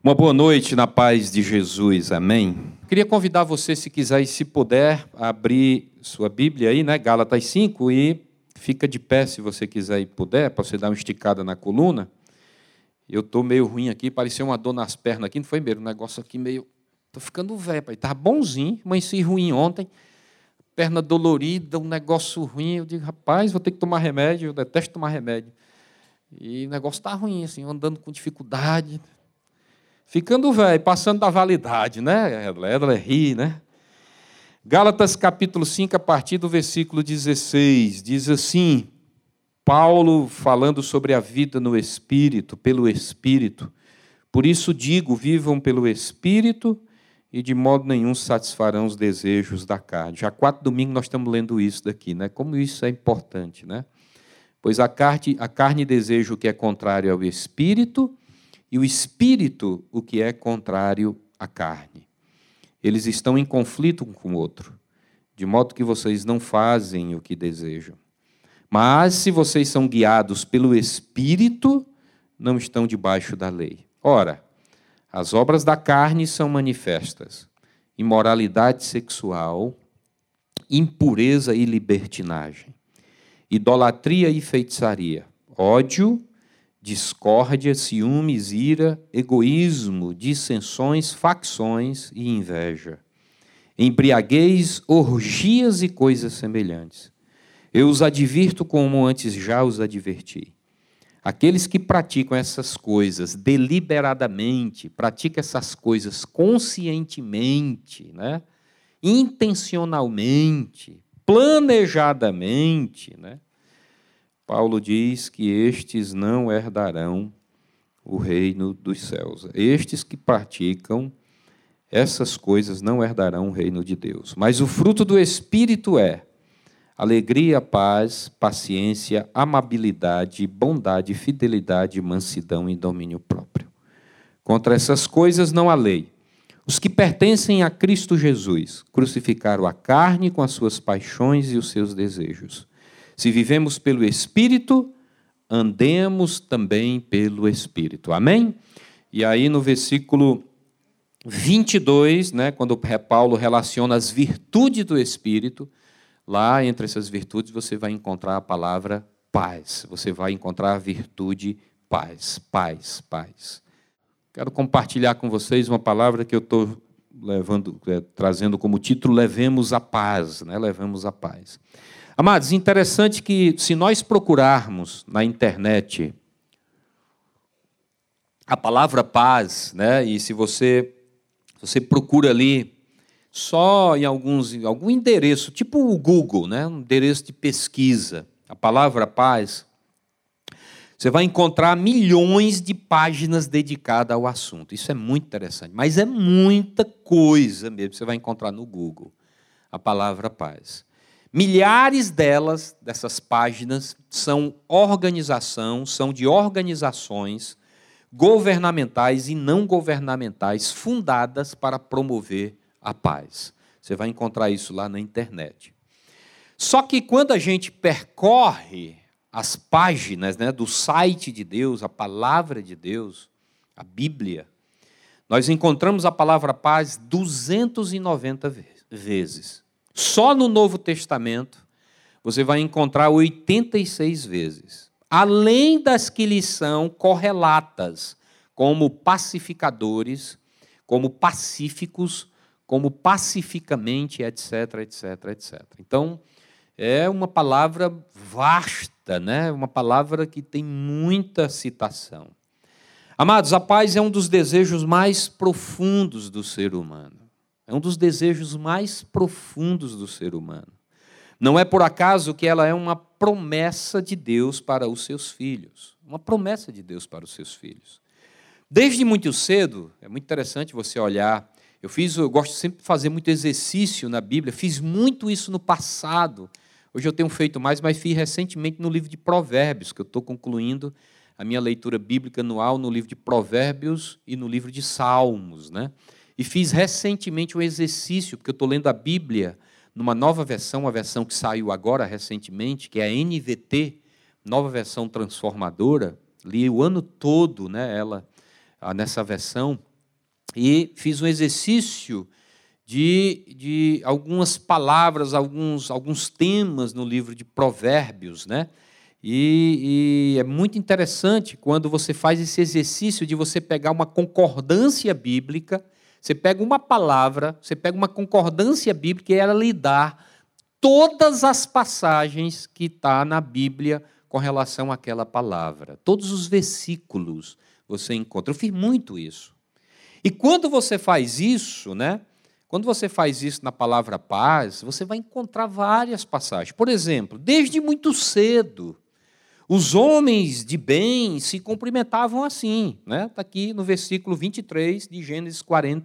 Uma boa noite na paz de Jesus, amém? Queria convidar você, se quiser e se puder, a abrir sua Bíblia aí, né? Gálatas 5, e fica de pé se você quiser e puder, para você dar uma esticada na coluna. Eu estou meio ruim aqui, parecia uma dor nas pernas aqui, não foi mesmo? Um negócio aqui meio... Estou ficando velho, pai. Estava bonzinho, amanheci ruim ontem, perna dolorida, um negócio ruim. Eu digo, rapaz, vou ter que tomar remédio, eu detesto tomar remédio. E o negócio está ruim, assim, andando com dificuldade... Ficando velho, passando da validade, né? Ela ri, né? Gálatas capítulo 5, a partir do versículo 16, diz assim, Paulo falando sobre a vida no Espírito, pelo Espírito. Por isso digo, vivam pelo Espírito e de modo nenhum satisfarão os desejos da carne. Já 4 domingos nós estamos lendo isso daqui, né? Como isso é importante, né? Pois a carne deseja o que é contrário ao Espírito, e o Espírito, o que é contrário à carne. Eles estão em conflito um com o outro, de modo que vocês não fazem o que desejam. Mas, se vocês são guiados pelo Espírito, não estão debaixo da lei. Ora, as obras da carne são manifestas: imoralidade sexual, impureza e libertinagem, idolatria e feitiçaria, ódio, discórdia, ciúmes, ira, egoísmo, dissensões, facções e inveja, embriaguez, orgias e coisas semelhantes. Eu os advirto como antes já os adverti. Aqueles que praticam essas coisas deliberadamente, praticam essas coisas conscientemente, né? Intencionalmente, planejadamente, né? Paulo diz que estes não herdarão o reino dos céus. Estes que praticam essas coisas não herdarão o reino de Deus. Mas o fruto do Espírito é alegria, paz, paciência, amabilidade, bondade, fidelidade, mansidão e domínio próprio. Contra essas coisas não há lei. Os que pertencem a Cristo Jesus crucificaram a carne com as suas paixões e os seus desejos. Se vivemos pelo Espírito, andemos também pelo Espírito. Amém? E aí no versículo 22, né, quando Paulo relaciona as virtudes do Espírito, lá entre essas virtudes você vai encontrar a palavra paz. Você vai encontrar a virtude paz, paz, paz. Quero compartilhar com vocês uma palavra que eu estou trazendo como título, levemos a paz, né? Levemos a paz. Amados, interessante que se nós procurarmos na internet a palavra paz, né, e se você procura ali só em algum endereço, tipo o Google, né, um endereço de pesquisa, a palavra paz, você vai encontrar milhões de páginas dedicadas ao assunto. Isso é muito interessante, mas é muita coisa mesmo que você vai encontrar no Google, a palavra paz. Milhares dessas páginas são de organizações governamentais e não governamentais fundadas para promover a paz. Você vai encontrar isso lá na internet. Só que quando a gente percorre as páginas, né, do site de Deus, a palavra de Deus, a Bíblia, nós encontramos a palavra paz 290 vezes. Só no Novo Testamento, você vai encontrar 86 vezes. Além das que lhes são correlatas, como pacificadores, como pacíficos, como pacificamente, etc, etc, etc. Então, é uma palavra vasta, né? Uma palavra que tem muita citação. Amados, a paz é um dos desejos mais profundos do ser humano. É um dos desejos mais profundos do ser humano. Não é por acaso que ela é uma promessa de Deus para os seus filhos. Uma promessa de Deus para os seus filhos. Desde muito cedo, é muito interessante você olhar. Eu gosto sempre de fazer muito exercício na Bíblia. Fiz muito isso no passado. Hoje eu tenho feito mais, mas fiz recentemente no livro de Provérbios, que eu estou concluindo a minha leitura bíblica anual no livro de Provérbios e no livro de Salmos, né? E fiz recentemente um exercício, porque eu estou lendo a Bíblia numa nova versão, uma versão que saiu agora recentemente, que é a NVT, nova versão transformadora. Li o ano todo, né, ela nessa versão. e fiz um exercício de algumas palavras, alguns temas no livro de Provérbios, né? E é muito interessante quando você faz esse exercício de você pegar uma concordância bíblica, você pega uma palavra, você pega uma concordância bíblica e ela lhe dá todas as passagens que está na Bíblia com relação àquela palavra. Todos os versículos você encontra. Eu fiz muito isso. E quando você faz isso, né? Quando você faz isso na palavra paz, você vai encontrar várias passagens. Por exemplo, desde muito cedo, os homens de bem se cumprimentavam assim, né? Está aqui no versículo 23 de Gênesis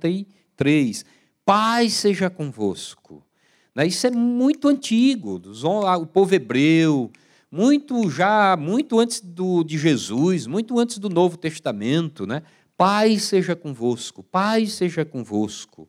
43. Paz seja convosco. Isso é muito antigo, o povo hebreu, muito antes de Jesus, muito antes do Novo Testamento, né? Paz seja convosco, paz seja convosco.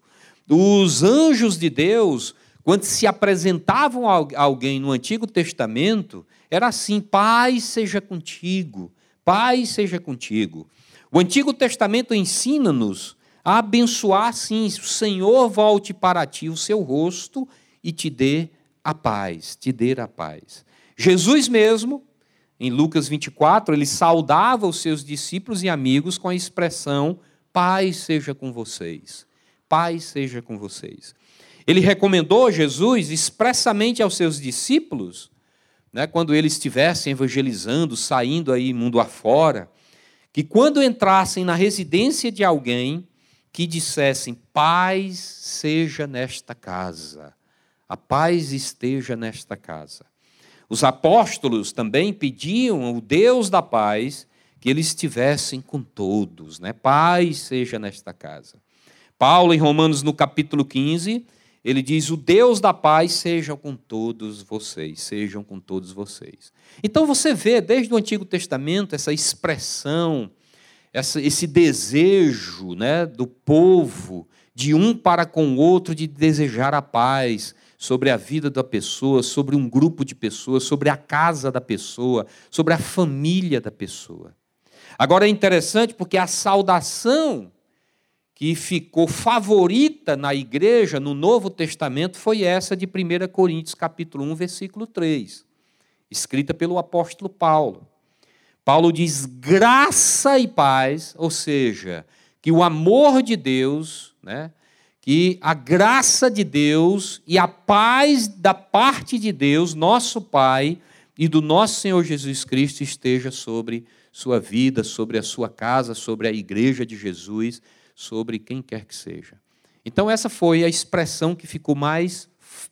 Os anjos de Deus, quando se apresentavam a alguém no Antigo Testamento, era assim: paz seja contigo, paz seja contigo. O Antigo Testamento ensina-nos a abençoar assim: o Senhor volte para ti o seu rosto e te dê a paz, te dê a paz. Jesus mesmo, em Lucas 24, ele saudava os seus discípulos e amigos com a expressão: paz seja com vocês, paz seja com vocês. Ele recomendou, Jesus, expressamente aos seus discípulos, né, quando eles estivessem evangelizando, saindo aí mundo afora, que quando entrassem na residência de alguém, que dissessem: paz seja nesta casa, a paz esteja nesta casa. Os apóstolos também pediam ao Deus da paz que eles estivessem com todos, né? Paz seja nesta casa. Paulo, em Romanos, no capítulo 15, ele diz: o Deus da paz seja com todos vocês, sejam com todos vocês. Então você vê, desde o Antigo Testamento, essa expressão, esse desejo, né, do povo, de um para com o outro, de desejar a paz sobre a vida da pessoa, sobre um grupo de pessoas, sobre a casa da pessoa, sobre a família da pessoa. Agora é interessante porque a saudação que ficou favorita na igreja no Novo Testamento foi essa de 1 Coríntios capítulo 1, versículo 3, escrita pelo apóstolo Paulo. Paulo diz: graça e paz, ou seja, que o amor de Deus, né, que a graça de Deus e a paz da parte de Deus, nosso Pai, e do nosso Senhor Jesus Cristo esteja sobre sua vida, sobre a sua casa, sobre a igreja de Jesus, sobre quem quer que seja. Então essa foi a expressão que ficou mais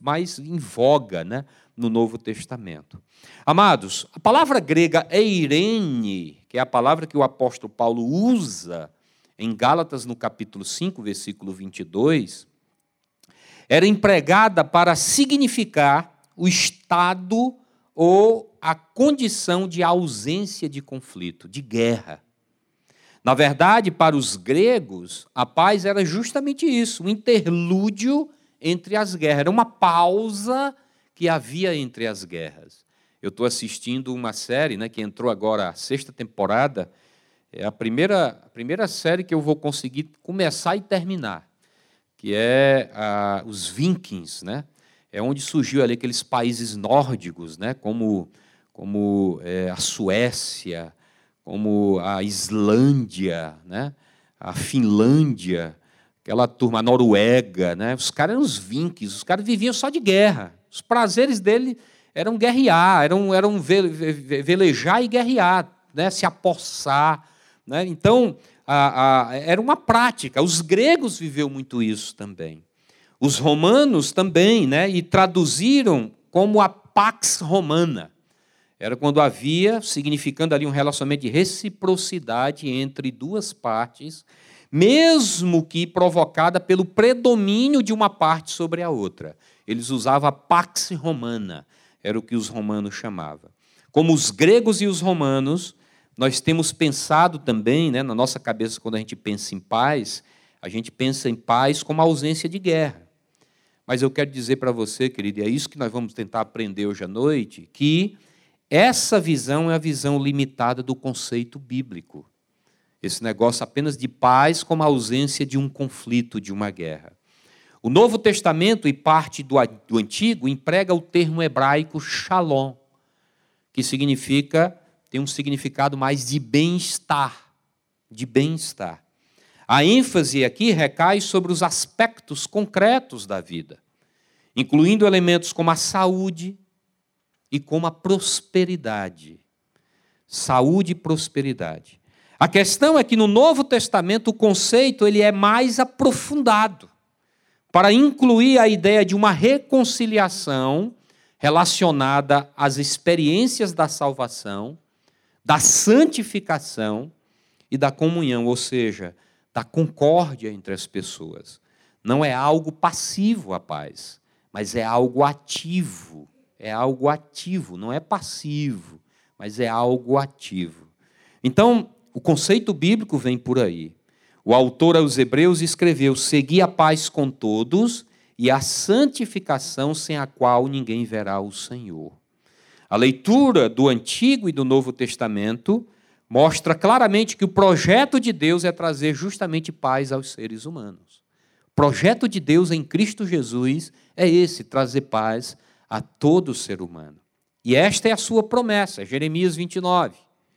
em voga, né, no Novo Testamento. Amados, a palavra grega eirene, que é a palavra que o apóstolo Paulo usa em Gálatas, no capítulo 5, versículo 22, era empregada para significar o estado ou a condição de ausência de conflito, de guerra. Na verdade, para os gregos, a paz era justamente isso, um interlúdio entre as guerras, era uma pausa que havia entre as guerras. Eu estou assistindo uma série, né, que entrou agora a 6ª temporada. É a primeira série que eu vou conseguir começar e terminar, que é os Vikings, né? É onde surgiu ali aqueles países nórdicos, né? Como a Suécia, como a Islândia, né? A Finlândia, aquela turma, a Noruega, né? Os caras eram os Vikings, os caras viviam só de guerra. Os prazeres dele eram guerrear, eram velejar e guerrear, né? Se apossar. Né? Então, era uma prática. Os gregos viveram muito isso também. Os romanos também, né? E traduziram como a pax romana. Era quando havia, significando ali um relacionamento de reciprocidade entre duas partes, mesmo que provocada pelo predomínio de uma parte sobre a outra. Eles usavam a pax romana, era o que os romanos chamavam. Como os gregos e os romanos, nós temos pensado também, né, na nossa cabeça, quando a gente pensa em paz, a gente pensa em paz como ausência de guerra. Mas eu quero dizer para você, querido, e é isso que nós vamos tentar aprender hoje à noite, que essa visão é a visão limitada do conceito bíblico. Esse negócio apenas de paz como a ausência de um conflito, de uma guerra. O Novo Testamento e parte do Antigo emprega o termo hebraico shalom, que tem um significado mais de bem-estar, de bem-estar. A ênfase aqui recai sobre os aspectos concretos da vida, incluindo elementos como a saúde e como a prosperidade. Saúde e prosperidade. A questão é que no Novo Testamento o conceito ele é mais aprofundado, para incluir a ideia de uma reconciliação relacionada às experiências da salvação, da santificação e da comunhão, ou seja, da concórdia entre as pessoas. Não é algo passivo a paz, mas é algo ativo. É algo ativo, não é passivo, mas é algo ativo. Então, o conceito bíblico vem por aí. O autor aos Hebreus escreveu: segui a paz com todos e a santificação sem a qual ninguém verá o Senhor. A leitura do Antigo e do Novo Testamento mostra claramente que o projeto de Deus é trazer justamente paz aos seres humanos. O projeto de Deus em Cristo Jesus é esse, trazer paz a todo ser humano. E esta é a sua promessa, Jeremias 29.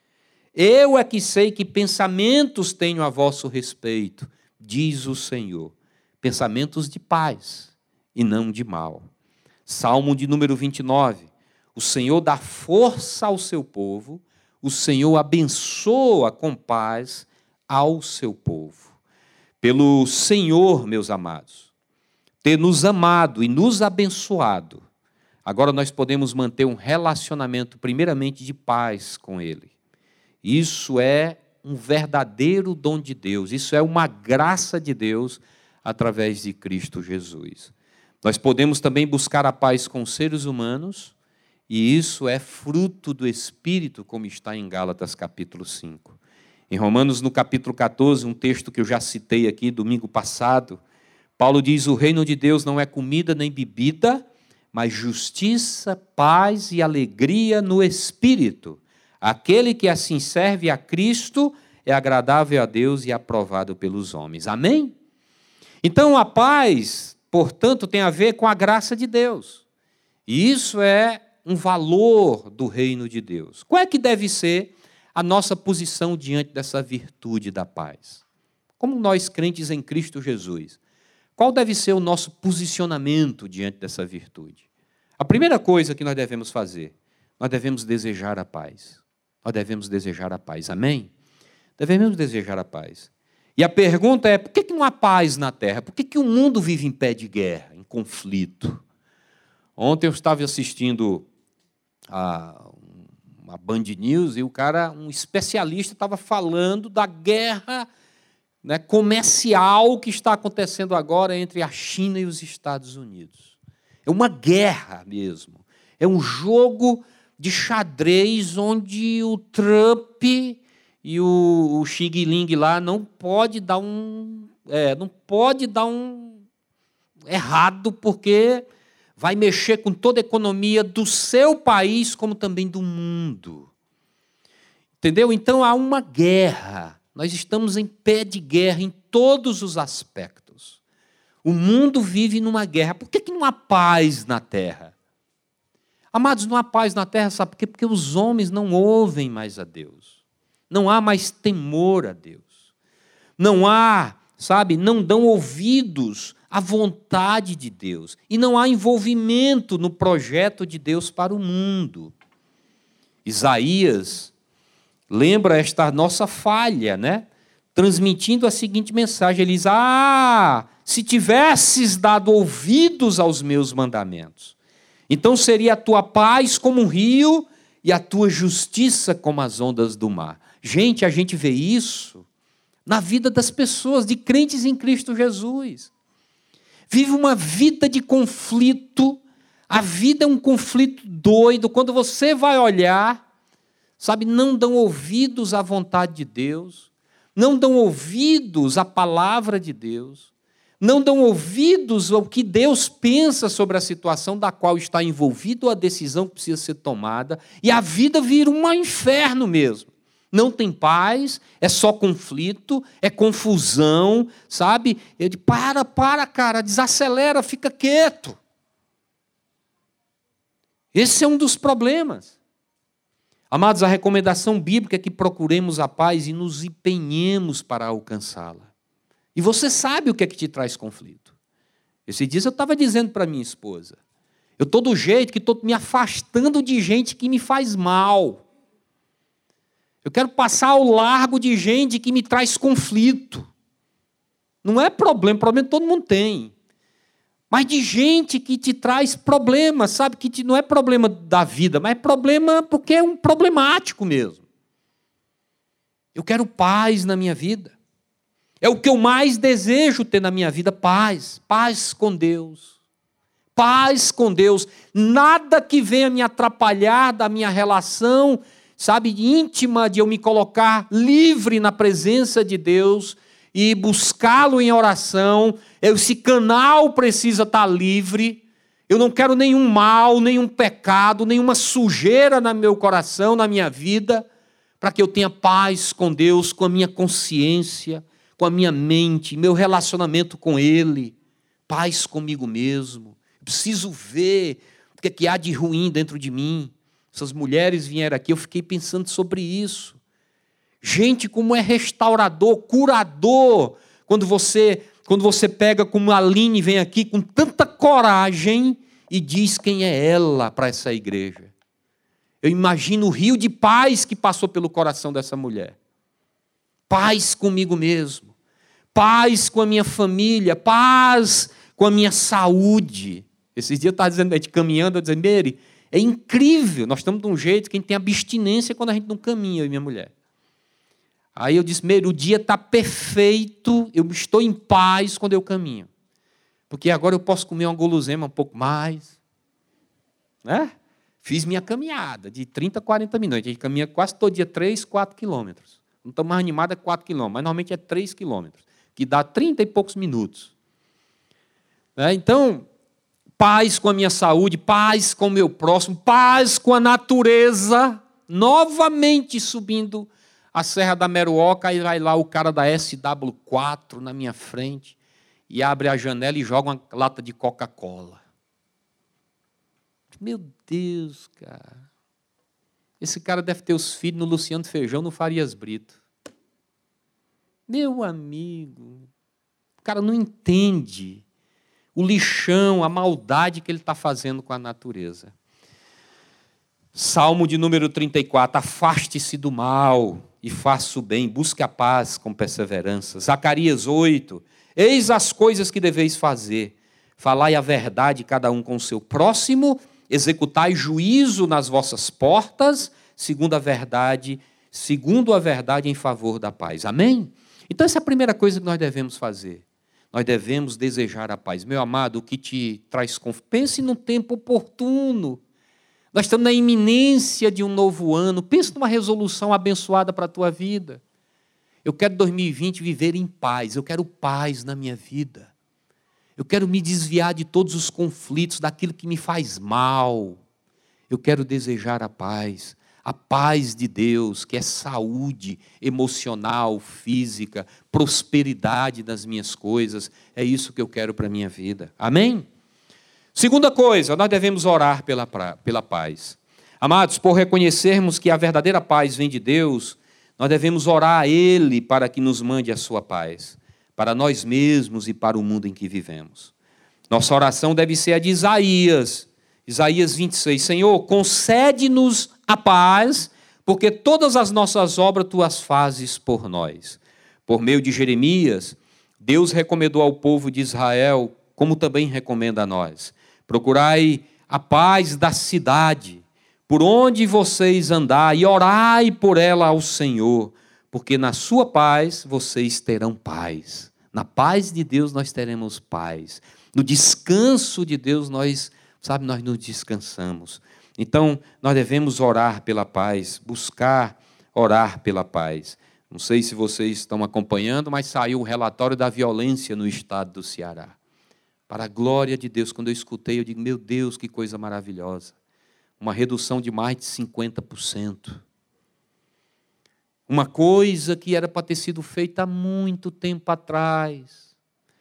Eu é que sei que pensamentos tenho a vosso respeito, diz o Senhor. Pensamentos de paz e não de mal. Salmo de número 29. O Senhor dá força ao seu povo, o Senhor abençoa com paz ao seu povo. Pelo Senhor, meus amados, ter nos amado e nos abençoado, agora nós podemos manter um relacionamento primeiramente de paz com Ele. Isso é um verdadeiro dom de Deus, isso é uma graça de Deus através de Cristo Jesus. Nós podemos também buscar a paz com os seres humanos, e isso é fruto do Espírito, como está em Gálatas capítulo 5. Em Romanos, no capítulo 14, um texto que eu já citei aqui domingo passado, Paulo diz: o reino de Deus não é comida nem bebida, mas justiça, paz e alegria no Espírito. Aquele que assim serve a Cristo é agradável a Deus e aprovado pelos homens. Amém? Então a paz, portanto, tem a ver com a graça de Deus. E isso é um valor do reino de Deus. Qual é que deve ser a nossa posição diante dessa virtude da paz? Como nós crentes em Cristo Jesus, qual deve ser o nosso posicionamento diante dessa virtude? A primeira coisa que nós devemos fazer, nós devemos desejar a paz. Nós devemos desejar a paz, amém? Devemos desejar a paz. E a pergunta é, por que não há paz na terra? Por que o mundo vive em pé de guerra, em conflito? Ontem eu estava assistindo uma Band News e um especialista estava falando da guerra, né, comercial que está acontecendo agora entre a China e os Estados Unidos. É uma guerra mesmo. É um jogo de xadrez onde o Trump e o Xi Jinping lá não pode dar um errado, porque vai mexer com toda a economia do seu país, como também do mundo. Entendeu? Então há uma guerra. Nós estamos em pé de guerra em todos os aspectos. O mundo vive numa guerra. Por que não há paz na terra? Amados, não há paz na terra, sabe por quê? Porque os homens não ouvem mais a Deus. Não há mais temor a Deus. Não há, não dão ouvidos à vontade de Deus. E não há envolvimento no projeto de Deus para o mundo. Isaías lembra esta nossa falha, né? Transmitindo a seguinte mensagem. Ele diz: se tivesses dado ouvidos aos meus mandamentos, então seria a tua paz como um rio e a tua justiça como as ondas do mar. Gente, a gente vê isso na vida das pessoas, de crentes em Cristo Jesus. Vive uma vida de conflito. A vida é um conflito doido. Quando você vai olhar, não dão ouvidos à vontade de Deus, não dão ouvidos à palavra de Deus, não dão ouvidos ao que Deus pensa sobre a situação da qual está envolvido, a decisão que precisa ser tomada, e a vida vira um inferno mesmo. Não tem paz, é só conflito, é confusão, sabe? Eu digo, para, cara, desacelera, fica quieto. Esse é um dos problemas. Amados, a recomendação bíblica é que procuremos a paz e nos empenhemos para alcançá-la. E você sabe o que é que te traz conflito. Esses dias eu estava dizendo para minha esposa, eu estou do jeito que estou me afastando de gente que me faz mal. Eu quero passar ao largo de gente que me traz conflito. Não é problema todo mundo tem. Mas de gente que te traz problema, sabe? Que não é problema da vida, mas é problema porque é um problemático mesmo. Eu quero paz na minha vida. É o que eu mais desejo ter na minha vida, paz. Paz com Deus. Paz com Deus. Nada que venha me atrapalhar da minha relação, sabe, íntima, de eu me colocar livre na presença de Deus e buscá-lo em oração. Esse canal precisa estar livre. Eu não quero nenhum mal, nenhum pecado, nenhuma sujeira no meu coração, na minha vida, para que eu tenha paz com Deus, com a minha consciência, com a minha mente, meu relacionamento com Ele, paz comigo mesmo. Eu preciso ver o que há de ruim dentro de mim. Essas mulheres vieram aqui, eu fiquei pensando sobre isso. Gente, como é restaurador, curador, quando você pega como a Aline vem aqui com tanta coragem e diz quem é ela para essa igreja. Eu imagino o rio de paz que passou pelo coração dessa mulher. Paz comigo mesmo, paz com a minha família, paz com a minha saúde. Esses dias eu estava dizendo, a gente caminhando, eu dizendo, Mary, é incrível, nós estamos de um jeito que a gente tem abstinência quando a gente não caminha, eu e minha mulher. Aí eu disse, Mary, o dia está perfeito, eu estou em paz quando eu caminho. Porque agora eu posso comer uma guloseima um pouco mais. Né? Fiz minha caminhada de 30 a 40 minutos. A gente caminha quase todo dia 3, 4 quilômetros. Não estou mais animado, é 4 quilômetros, mas normalmente é 3 quilômetros, que dá 30 e poucos minutos. Então, paz com a minha saúde, paz com o meu próximo, paz com a natureza, novamente subindo a Serra da Meruoca, aí vai lá o cara da SW4 na minha frente e abre a janela e joga uma lata de Coca-Cola. Meu Deus, cara. Esse cara deve ter os filhos no Luciano Feijão, no Farias Brito. Meu amigo, o cara não entende o lixão, a maldade que ele está fazendo com a natureza. Salmo de número 34, afaste-se do mal e faça o bem, busque a paz com perseverança. Zacarias 8, eis as coisas que deveis fazer, falai a verdade cada um com o seu próximo, executai juízo nas vossas portas, segundo a verdade em favor da paz. Amém? Então essa é a primeira coisa que nós devemos fazer. Nós devemos desejar a paz. Meu amado, o que te traz conforto? Pense no tempo oportuno. Nós estamos na iminência de um novo ano. Pense numa resolução abençoada para a tua vida. Eu quero 2020 viver em paz. Eu quero paz na minha vida. Eu quero me desviar de todos os conflitos, daquilo que me faz mal. Eu quero desejar a paz de Deus, que é saúde emocional, física, prosperidade das minhas coisas. É isso que eu quero para a minha vida. Amém? Segunda coisa, nós devemos orar pela paz. Amados, por reconhecermos que a verdadeira paz vem de Deus, nós devemos orar a Ele para que nos mande a sua paz, para nós mesmos e para o mundo em que vivemos. Nossa oração deve ser a de Isaías 26. Senhor, concede-nos a paz, porque todas as nossas obras tu as fazes por nós. Por meio de Jeremias, Deus recomendou ao povo de Israel, como também recomenda a nós: procurai a paz da cidade, por onde vocês andar, e orai por ela ao Senhor, porque na sua paz vocês terão paz. Na paz de Deus nós teremos paz. No descanso de Deus nós nos descansamos. Então, nós devemos orar pela paz, buscar orar pela paz. Não sei se vocês estão acompanhando, mas saiu o relatório da violência no estado do Ceará. Para a glória de Deus, quando eu escutei, eu digo, meu Deus, que coisa maravilhosa. Uma redução de mais de 50%. Uma coisa que era para ter sido feita há muito tempo atrás.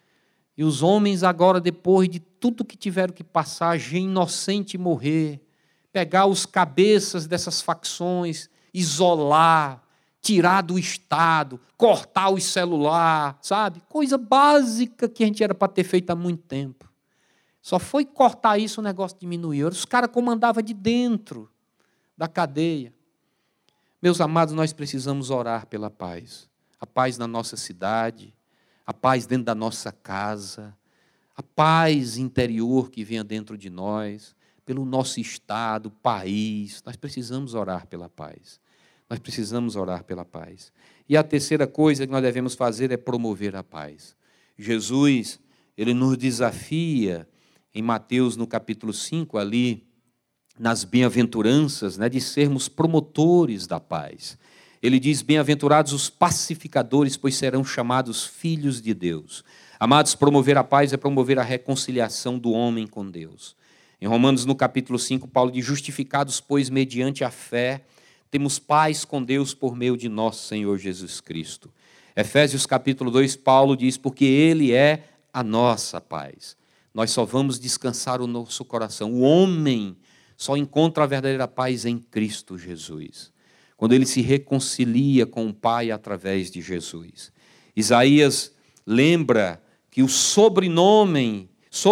E os homens agora, depois de tudo que tiveram que passar, gente inocente morrer, pegar os cabeças dessas facções, isolar, tirar do Estado, cortar os celulares, sabe? Coisa básica que a gente era para ter feito há muito tempo. Só foi cortar isso, o negócio diminuiu. Os caras comandavam de dentro da cadeia. Meus amados, nós precisamos orar pela paz. A paz na nossa cidade, a paz dentro da nossa casa, a paz interior que venha dentro de nós, pelo nosso estado, país. Nós precisamos orar pela paz. Nós precisamos orar pela paz. E a terceira coisa que nós devemos fazer é promover a paz. Jesus, ele nos desafia em Mateus, no capítulo 5, ali, nas bem-aventuranças, né, de sermos promotores da paz. Ele diz, bem-aventurados os pacificadores, pois serão chamados filhos de Deus. Amados, promover a paz é promover a reconciliação do homem com Deus. Em Romanos, no capítulo 5, Paulo diz, justificados, pois, mediante a fé, temos paz com Deus por meio de nosso Senhor Jesus Cristo. Efésios, capítulo 2, Paulo diz, porque Ele é a nossa paz. Nós só vamos descansar o nosso coração. O homem só encontra a verdadeira paz em Cristo Jesus, quando ele se reconcilia com o Pai através de Jesus. Isaías lembra que o sobrenome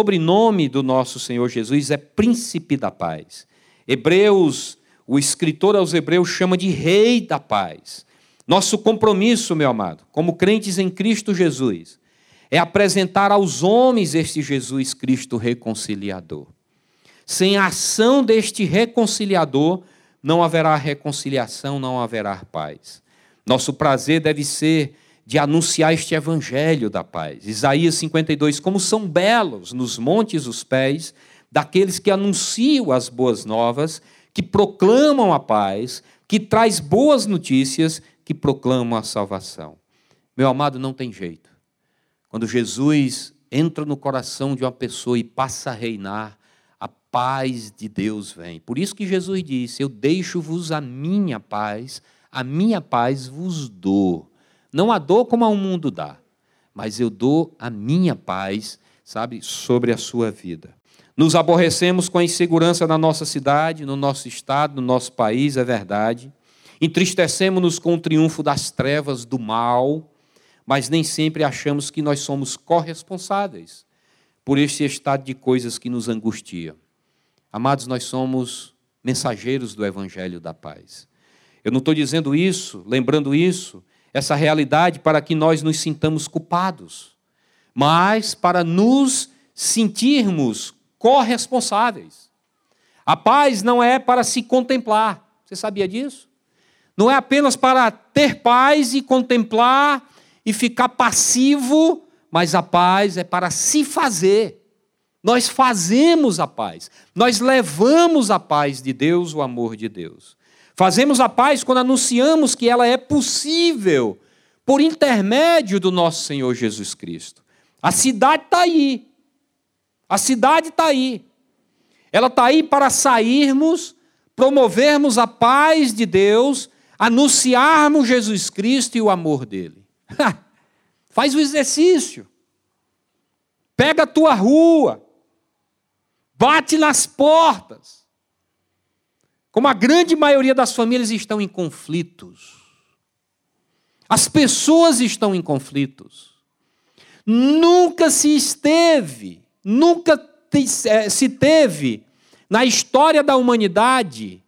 do nosso Senhor Jesus é Príncipe da Paz. Hebreus, o escritor aos Hebreus chama de Rei da Paz. Nosso compromisso, meu amado, como crentes em Cristo Jesus, é apresentar aos homens este Jesus Cristo reconciliador. Sem a ação deste reconciliador, não haverá reconciliação, não haverá paz. Nosso prazer deve ser de anunciar este evangelho da paz. Isaías 52, como são belos nos montes os pés daqueles que anunciam as boas novas, que proclamam a paz, que traz boas notícias, que proclamam a salvação. Meu amado, não tem jeito. Quando Jesus entra no coração de uma pessoa e passa a reinar, a paz de Deus vem. Por isso que Jesus disse, eu deixo-vos a minha paz vos dou. Não a dou como ao mundo dá, mas eu dou a minha paz, sabe, sobre a sua vida. Nos aborrecemos com a insegurança na nossa cidade, no nosso estado, no nosso país, é verdade. Entristecemos-nos com o triunfo das trevas, do mal, mas nem sempre achamos que nós somos corresponsáveis por este estado de coisas que nos angustia. Amados, nós somos mensageiros do Evangelho da Paz. Eu não estou dizendo isso, lembrando isso, essa realidade para que nós nos sintamos culpados, mas para nos sentirmos corresponsáveis. A paz não é para se contemplar. Você sabia disso? Não é apenas para ter paz e contemplar e ficar passivo, mas a paz é para se fazer. Nós fazemos a paz. Nós levamos a paz de Deus, o amor de Deus. Fazemos a paz quando anunciamos que ela é possível por intermédio do nosso Senhor Jesus Cristo. A cidade está aí. A cidade está aí. Ela está aí para sairmos, promovermos a paz de Deus, anunciarmos Jesus Cristo e o amor dele. Faz o exercício. Pega a tua rua. Bate nas portas. Como a grande maioria das famílias estão em conflitos. As pessoas estão em conflitos. Nunca se teve na história da humanidade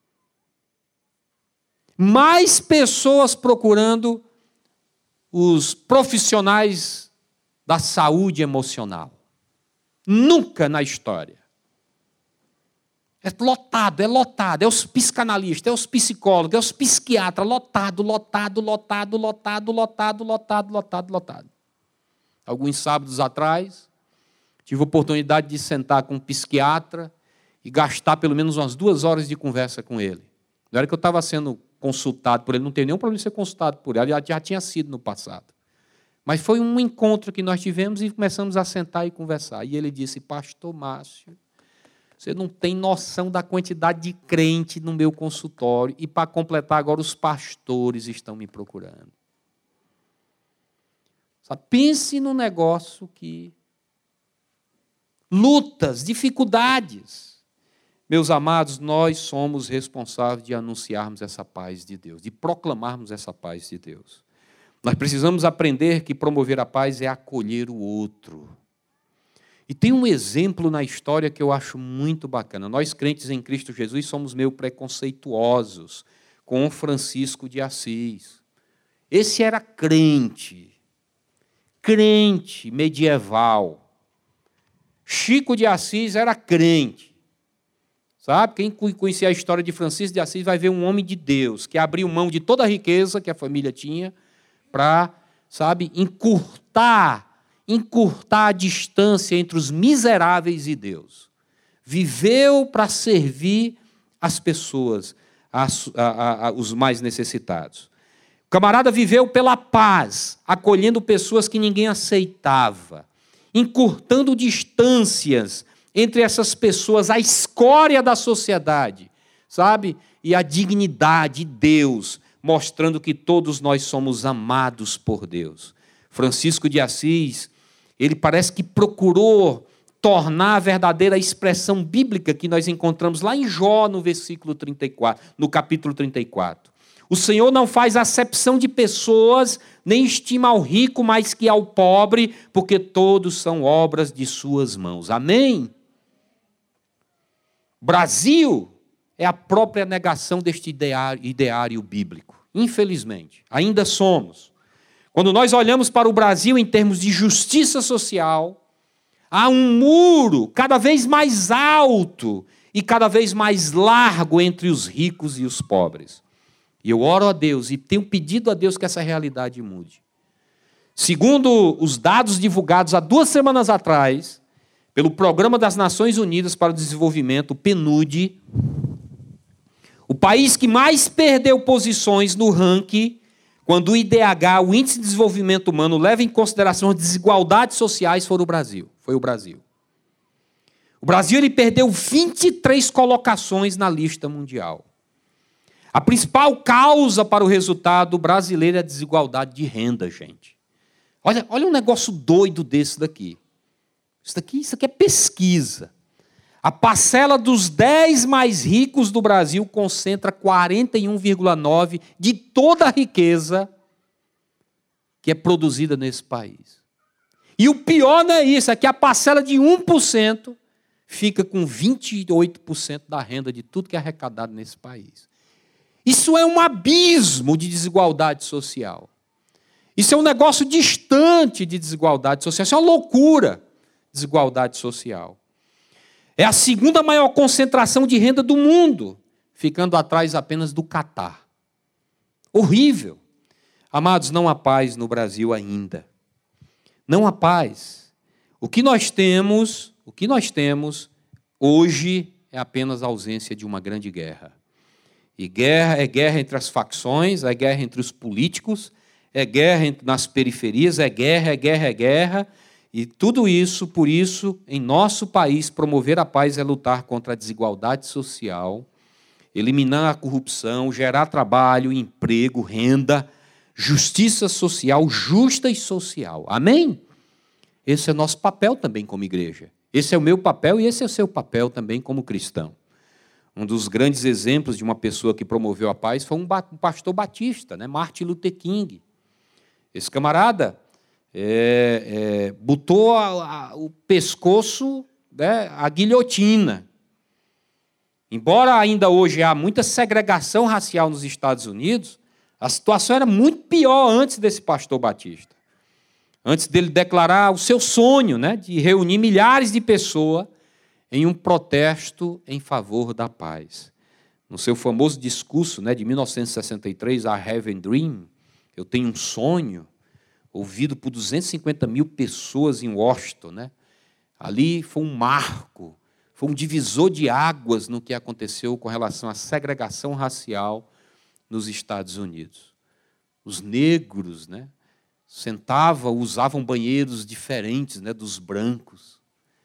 mais pessoas procurando os profissionais da saúde emocional. Nunca na história. É lotado. É os psicanalistas, é os psicólogos, é os psiquiatras, lotado. Alguns sábados atrás, tive a oportunidade de sentar com um psiquiatra e gastar pelo menos umas 2 horas de conversa com ele. Na hora que eu estava sendo consultado por ele, não tem nenhum problema de ser consultado por ele, já tinha sido no passado. Mas foi um encontro que nós tivemos e começamos a sentar e conversar. E ele disse, pastor Márcio, Você não tem noção da quantidade de crente no meu consultório. E, para completar, agora os pastores estão me procurando. Sabe? Pense no negócio que... lutas, dificuldades. Meus amados, nós somos responsáveis de anunciarmos essa paz de Deus, de proclamarmos essa paz de Deus. Nós precisamos aprender que promover a paz é acolher o outro. E tem um exemplo na história que eu acho muito bacana. Nós, crentes em Cristo Jesus, somos meio preconceituosos com Francisco de Assis. Esse era crente medieval. Chico de Assis era crente. Sabe? Quem conhecer a história de Francisco de Assis vai ver um homem de Deus que abriu mão de toda a riqueza que a família tinha para, sabe, encurtar a distância entre os miseráveis e Deus. Viveu para servir as pessoas, os mais necessitados. O camarada viveu pela paz, acolhendo pessoas que ninguém aceitava, encurtando distâncias entre essas pessoas, a escória da sociedade, sabe? E a dignidade de Deus, mostrando que todos nós somos amados por Deus. Francisco de Assis, ele parece que procurou tornar a verdadeira expressão bíblica que nós encontramos lá em Jó, no versículo 34, no capítulo 34. O Senhor não faz acepção de pessoas, nem estima ao rico mais que ao pobre, porque todos são obras de suas mãos. Amém? Brasil é a própria negação deste ideário bíblico. Infelizmente, ainda somos. Quando nós olhamos para o Brasil em termos de justiça social, há um muro cada vez mais alto e cada vez mais largo entre os ricos e os pobres. E eu oro a Deus e tenho pedido a Deus que essa realidade mude. Segundo os dados divulgados há 2 semanas atrás, pelo Programa das Nações Unidas para o Desenvolvimento, o PNUD, o país que mais perdeu posições no ranking, quando o IDH, o Índice de Desenvolvimento Humano, leva em consideração as desigualdades sociais, foi o Brasil. O Brasil ele perdeu 23 colocações na lista mundial. A principal causa para o resultado brasileiro é a desigualdade de renda, gente. Olha um negócio doido desse daqui. Isso aqui é pesquisa. A parcela dos 10 mais ricos do Brasil concentra 41,9% de toda a riqueza que é produzida nesse país. E o pior não é isso, é que a parcela de 1% fica com 28% da renda de tudo que é arrecadado nesse país. Isso é um abismo de desigualdade social. Isso é um negócio distante de desigualdade social. Isso é uma loucura, desigualdade social. É a segunda maior concentração de renda do mundo, ficando atrás apenas do Catar. Horrível. Amados, não há paz no Brasil ainda. Não há paz. O que nós temos hoje é apenas a ausência de uma grande guerra. E guerra é guerra entre as facções, é guerra entre os políticos, é guerra nas periferias, é guerra. E tudo isso, por isso, em nosso país, promover a paz é lutar contra a desigualdade social, eliminar a corrupção, gerar trabalho, emprego, renda, justiça social, justa e social. Amém? Esse é nosso papel também como igreja. Esse é o meu papel e esse é o seu papel também como cristão. Um dos grandes exemplos de uma pessoa que promoveu a paz foi um pastor batista, né? Martin Luther King. Esse camarada botou o pescoço, né, a guilhotina. Embora ainda hoje há muita segregação racial nos Estados Unidos, a situação era muito pior antes desse pastor batista. Antes dele declarar o seu sonho, né, de reunir milhares de pessoas em um protesto em favor da paz. No seu famoso discurso, né, de 1963, I Have a Dream, eu tenho um sonho, ouvido por 250 mil pessoas em Washington, né? Ali foi um marco, foi um divisor de águas no que aconteceu com relação à segregação racial nos Estados Unidos. Os negros, né, usavam banheiros diferentes, né, dos brancos.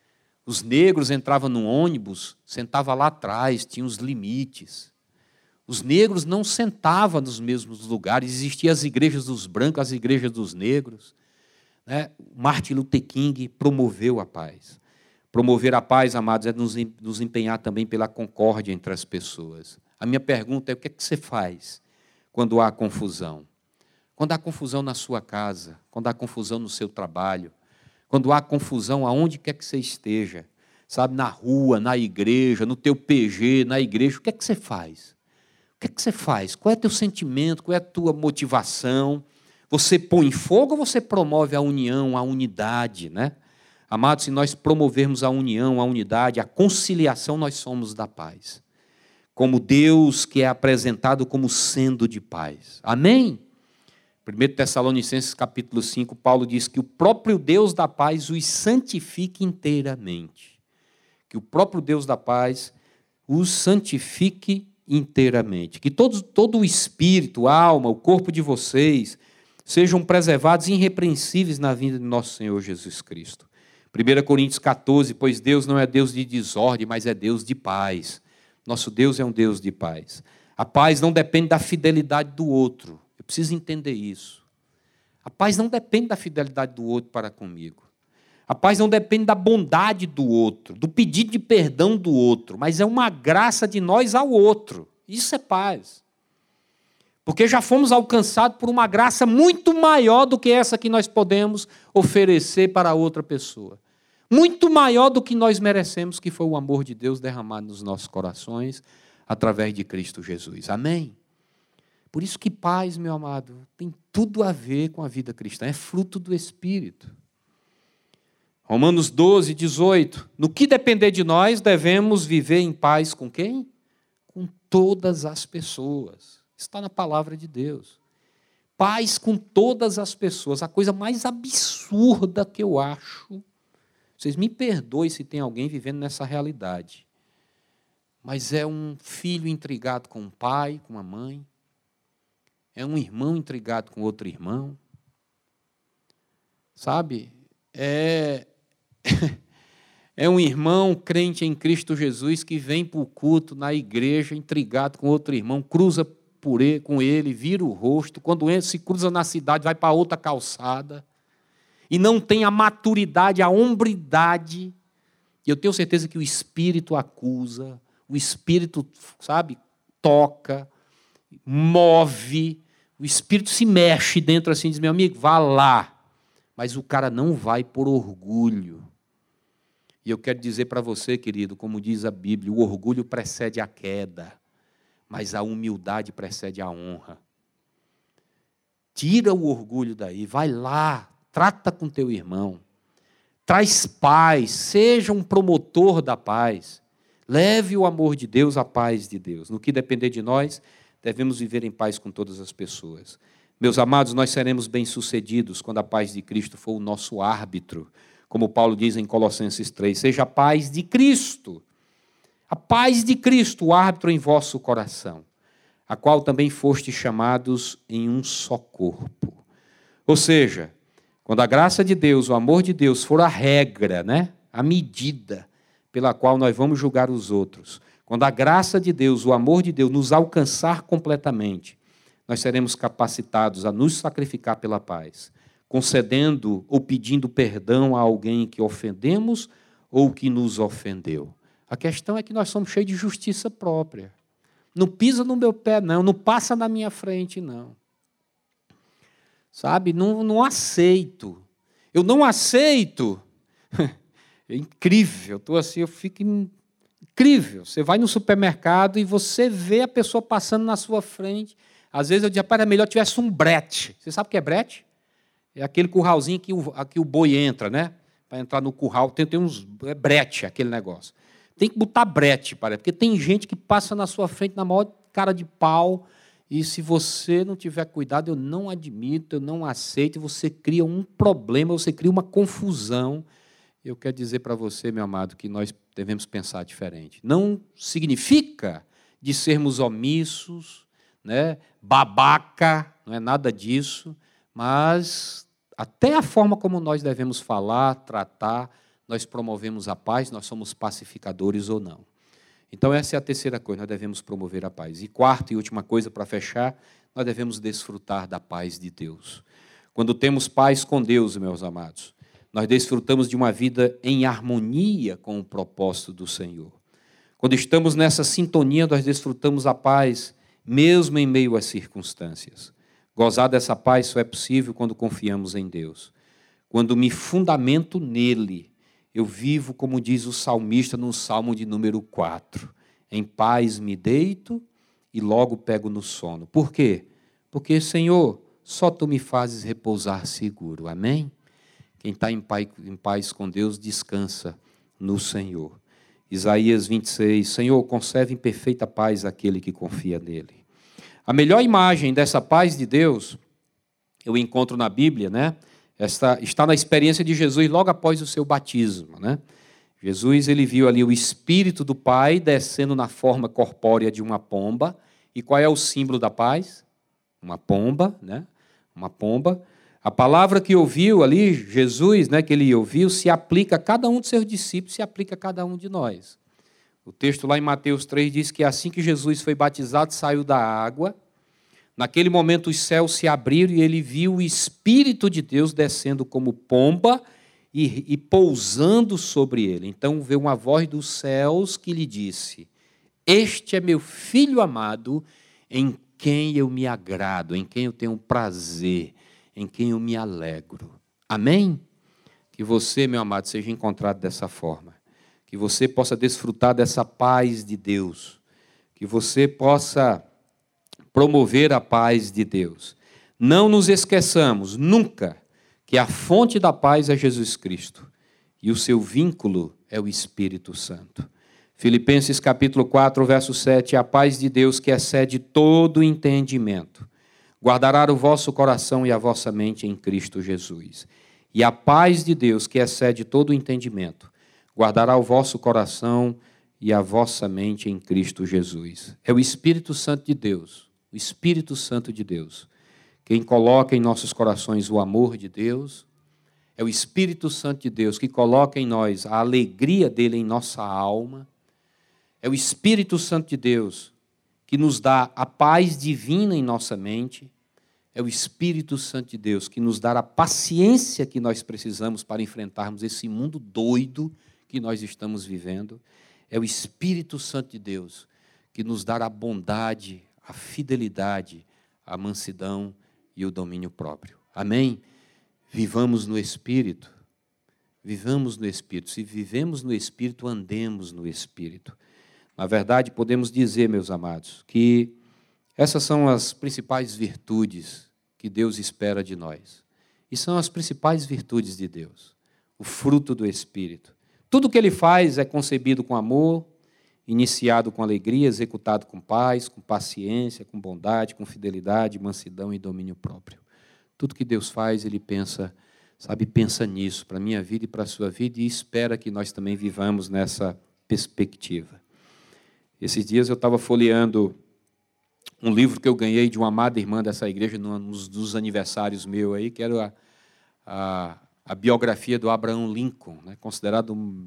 Os negros entravam no ônibus, sentavam lá atrás, tinha os limites. Os negros não sentavam nos mesmos lugares, existiam as igrejas dos brancos, as igrejas dos negros. Né? Martin Luther King promoveu a paz. Promover a paz, amados, é nos empenhar também pela concórdia entre as pessoas. A minha pergunta é: o que é que você faz quando há confusão? Quando há confusão na sua casa, quando há confusão no seu trabalho, quando há confusão aonde quer que você esteja, sabe, na rua, na igreja, no teu PG, na igreja, o que é que você faz? O que é que você faz? Qual é o teu sentimento? Qual é a tua motivação? Você põe fogo ou você promove a união, a unidade, né? Amados, se nós promovermos a união, a unidade, a conciliação, nós somos da paz. Como Deus que é apresentado como sendo de paz. Amém? 1 Tessalonicenses capítulo 5, Paulo diz que o próprio Deus da paz os santifique inteiramente. Que o próprio Deus da paz os santifique inteiramente. Que todo o espírito, a alma, o corpo de vocês sejam preservados irrepreensíveis na vinda de nosso Senhor Jesus Cristo. 1 Coríntios 14, pois Deus não é Deus de desordem, mas é Deus de paz. Nosso Deus é um Deus de paz. A paz não depende da fidelidade do outro. Eu preciso entender isso. A paz não depende da fidelidade do outro para comigo. A paz não depende da bondade do outro, do pedido de perdão do outro, mas é uma graça de nós ao outro. Isso é paz. Porque já fomos alcançados por uma graça muito maior do que essa que nós podemos oferecer para outra pessoa. Muito maior do que nós merecemos, que foi o amor de Deus derramado nos nossos corações através de Cristo Jesus. Amém? Por isso que paz, meu amado, tem tudo a ver com a vida cristã, é fruto do Espírito. Romanos 12, 18. No que depender de nós, devemos viver em paz com quem? Com todas as pessoas. Está na palavra de Deus. Paz com todas as pessoas. A coisa mais absurda que eu acho. Vocês me perdoem se tem alguém vivendo nessa realidade. Mas é um filho intrigado com o pai, com a mãe. É um irmão intrigado com outro irmão. Sabe? É um irmão crente em Cristo Jesus que vem para o culto na igreja intrigado com outro irmão, cruza com ele, vira o rosto, quando se cruza na cidade, vai para outra calçada, e não tem a maturidade, a hombridade. E eu tenho certeza que o Espírito acusa, o Espírito, sabe, toca, move, o Espírito se mexe dentro assim, diz: meu amigo, vá lá. Mas o cara não vai por orgulho. E eu quero dizer para você, querido, como diz a Bíblia, o orgulho precede a queda, mas a humildade precede a honra. Tira o orgulho daí, vai lá, trata com teu irmão, traz paz, seja um promotor da paz, leve o amor de Deus, a paz de Deus. No que depender de nós, devemos viver em paz com todas as pessoas. Meus amados, nós seremos bem-sucedidos quando a paz de Cristo for o nosso árbitro. Como Paulo diz em Colossenses 3, seja a paz de Cristo. A paz de Cristo, o árbitro em vosso coração, a qual também fostes chamados em um só corpo. Ou seja, quando a graça de Deus, o amor de Deus for a regra, né? A medida pela qual nós vamos julgar os outros, quando a graça de Deus, o amor de Deus nos alcançar completamente, nós seremos capacitados a nos sacrificar pela paz, concedendo ou pedindo perdão a alguém que ofendemos ou que nos ofendeu. A questão é que nós somos cheios de justiça própria. Não pisa no meu pé, não. Não passa na minha frente, não. Sabe? Não aceito. Eu não aceito. É incrível. Eu fico incrível. Você vai no supermercado e você vê a pessoa passando na sua frente. Às vezes eu digo: era melhor tivesse um brete. Você sabe o que é brete? É aquele curralzinho que o boi entra, né? Para entrar no curral. Tem uns... É brete, aquele negócio. Tem que botar brete, porque tem gente que passa na sua frente na maior cara de pau, e se você não tiver cuidado, eu não admito, eu não aceito, você cria um problema, você cria uma confusão. Eu quero dizer para você, meu amado, que nós devemos pensar diferente. Não significa de sermos omissos, né, babaca, não é nada disso, mas até a forma como nós devemos falar, tratar, nós promovemos a paz, nós somos pacificadores ou não. Então, essa é a terceira coisa, nós devemos promover a paz. E quarta e última coisa, para fechar, nós devemos desfrutar da paz de Deus. Quando temos paz com Deus, meus amados, nós desfrutamos de uma vida em harmonia com o propósito do Senhor. Quando estamos nessa sintonia, nós desfrutamos a paz, mesmo em meio às circunstâncias. Gozar dessa paz só é possível quando confiamos em Deus. Quando me fundamento nele, eu vivo, como diz o salmista no Salmo de número 4. Em paz me deito e logo pego no sono. Por quê? Porque, Senhor, só Tu me fazes repousar seguro. Amém? Quem está em paz com Deus, descansa no Senhor. Isaías 26, Senhor, conserve em perfeita paz aquele que confia nele. A melhor imagem dessa paz de Deus, eu encontro na Bíblia, né? Está na experiência de Jesus logo após o seu batismo, né? Jesus, ele viu ali o Espírito do Pai descendo na forma corpórea de uma pomba. E qual é o símbolo da paz? Uma pomba, né? Uma pomba. A palavra que ouviu ali, Jesus, né, que ele ouviu, se aplica a cada um de seus discípulos, se aplica a cada um de nós. O texto lá em Mateus 3 diz que assim que Jesus foi batizado, saiu da água. Naquele momento os céus se abriram e ele viu o Espírito de Deus descendo como pomba e pousando sobre ele. Então veio uma voz dos céus que lhe disse: Este é meu Filho amado, em quem eu me agrado, em quem eu tenho prazer, em quem eu me alegro. Amém? Que você, meu amado, seja encontrado dessa forma. Que você possa desfrutar dessa paz de Deus. Que você possa promover a paz de Deus. Não nos esqueçamos nunca que a fonte da paz é Jesus Cristo e o seu vínculo é o Espírito Santo. Filipenses capítulo 4, verso 7, a paz de Deus que excede todo entendimento, guardará o vosso coração e a vossa mente em Cristo Jesus. E a paz de Deus que excede todo entendimento, guardará o vosso coração e a vossa mente em Cristo Jesus. É o Espírito Santo de Deus, o Espírito Santo de Deus, quem coloca em nossos corações o amor de Deus. É o Espírito Santo de Deus que coloca em nós a alegria dele em nossa alma. É o Espírito Santo de Deus que nos dá a paz divina em nossa mente. É o Espírito Santo de Deus que nos dá a paciência que nós precisamos para enfrentarmos esse mundo doido que nós estamos vivendo. É o Espírito Santo de Deus que nos dá a bondade, a fidelidade, a mansidão e o domínio próprio. Amém? Vivamos no Espírito. Vivamos no Espírito. Se vivemos no Espírito, andemos no Espírito. Na verdade, podemos dizer, meus amados, que essas são as principais virtudes que Deus espera de nós. E são as principais virtudes de Deus. O fruto do Espírito. Tudo que Ele faz é concebido com amor, iniciado com alegria, executado com paz, com paciência, com bondade, com fidelidade, mansidão e domínio próprio. Tudo que Deus faz, Ele pensa, pensa nisso, para a minha vida e para a sua vida, e espera que nós também vivamos nessa perspectiva. Esses dias eu estava folheando um livro que eu ganhei de uma amada irmã dessa igreja, num dos aniversários meus aí, que era a biografia do Abraham Lincoln, né, considerado o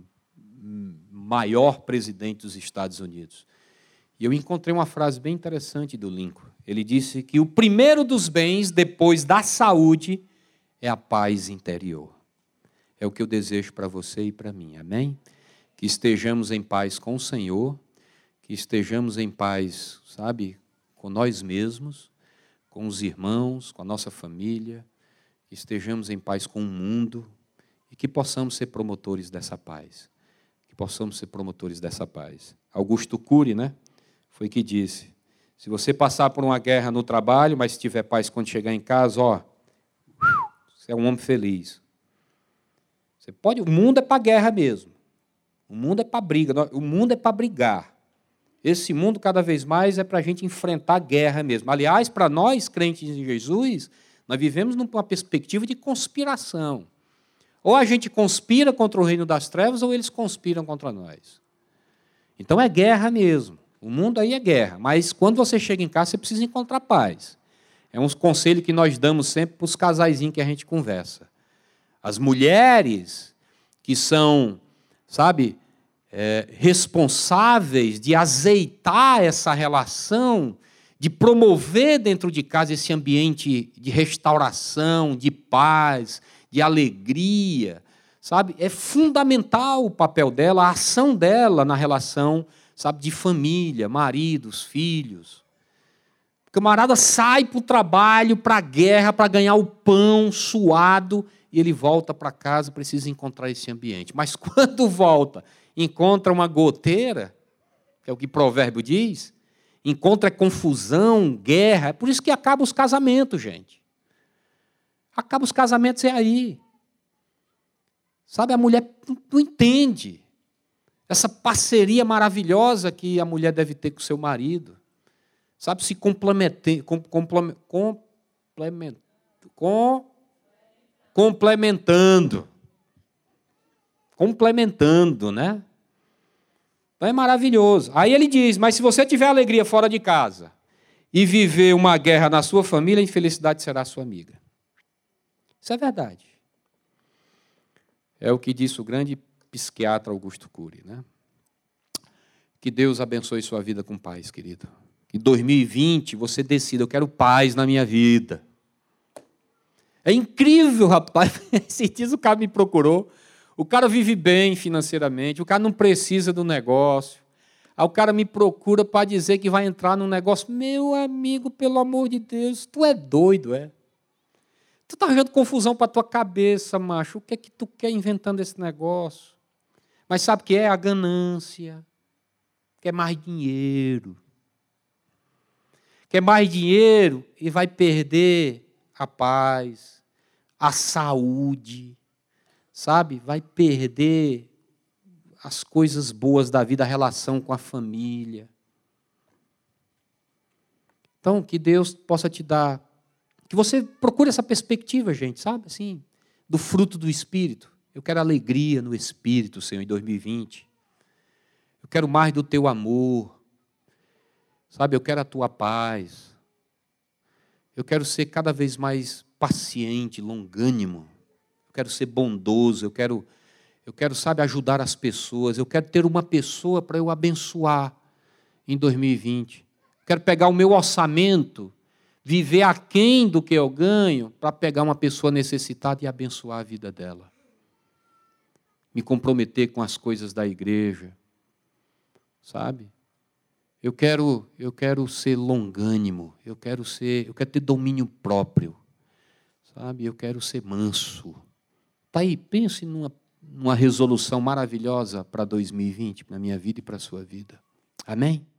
maior presidente dos Estados Unidos. E eu encontrei uma frase bem interessante do Lincoln. Ele disse que o primeiro dos bens, depois da saúde, é a paz interior. É o que eu desejo para você e para mim, amém? Que estejamos em paz com o Senhor, que estejamos em paz, com nós mesmos, com os irmãos, com a nossa família, que estejamos em paz com o mundo e que possamos ser promotores dessa paz. Que possamos ser promotores dessa paz. Augusto Cury, né, foi que disse, se você passar por uma guerra no trabalho, mas se tiver paz quando chegar em casa, você é um homem feliz. O mundo é para guerra mesmo. O mundo é para briga, o mundo é para brigar. Esse mundo, cada vez mais, é para a gente enfrentar a guerra mesmo. Aliás, para nós, crentes em Jesus, nós vivemos numa perspectiva de conspiração. Ou a gente conspira contra o reino das trevas, ou eles conspiram contra nós. Então é guerra mesmo. O mundo aí é guerra. Mas quando você chega em casa, você precisa encontrar paz. É um conselho que nós damos sempre para os casaizinhos que a gente conversa. As mulheres que são, sabe, responsáveis de azeitar essa relação, de promover dentro de casa esse ambiente de restauração, de paz, de alegria, sabe? É fundamental o papel dela, a ação dela na relação, sabe, de família, maridos, filhos. O camarada sai para o trabalho, para a guerra, para ganhar o pão suado, e ele volta para casa, precisa encontrar esse ambiente. Mas quando volta, encontra uma goteira, que é o que o provérbio diz, encontra confusão, guerra. É por isso que acabam os casamentos, gente. Acaba os casamentos aí. Sabe, a mulher não entende essa parceria maravilhosa que a mulher deve ter com o seu marido. Sabe, se complementando. Complementando, né? Então é maravilhoso. Aí ele diz, mas se você tiver alegria fora de casa e viver uma guerra na sua família, a infelicidade será sua amiga. Isso é verdade. É o que disse o grande psiquiatra Augusto Cury, né? Que Deus abençoe sua vida com paz, querido. Que em 2020 você decida, eu quero paz na minha vida. É incrível, rapaz. Esses dias o cara me procurou. O cara vive bem financeiramente, o cara não precisa do negócio. Aí o cara me procura para dizer que vai entrar num negócio. Meu amigo, pelo amor de Deus, tu é doido, é? Tu está arranjando confusão para a tua cabeça, macho. O que é que tu quer inventando esse negócio? Mas sabe o que é? A ganância. Quer mais dinheiro. Quer mais dinheiro e vai perder a paz, a saúde, sabe? Vai perder as coisas boas da vida, a relação com a família. Então, que Deus possa te dar, que você procure essa perspectiva, gente, sabe? Assim, do fruto do Espírito. Eu quero alegria no Espírito, Senhor, em 2020. Eu quero mais do teu amor. Sabe, eu quero a tua paz. Eu quero ser cada vez mais paciente, longânimo. Eu quero ser bondoso, eu quero, sabe, ajudar as pessoas. Eu quero ter uma pessoa para eu abençoar em 2020. Eu quero pegar o meu orçamento, viver aquém do que eu ganho, para pegar uma pessoa necessitada e abençoar a vida dela. Me comprometer com as coisas da igreja. Sabe? Eu quero ser longânimo, eu quero ter domínio próprio, sabe? Eu quero ser manso. Tá aí, pense numa resolução maravilhosa para 2020, para a minha vida e para a sua vida. Amém?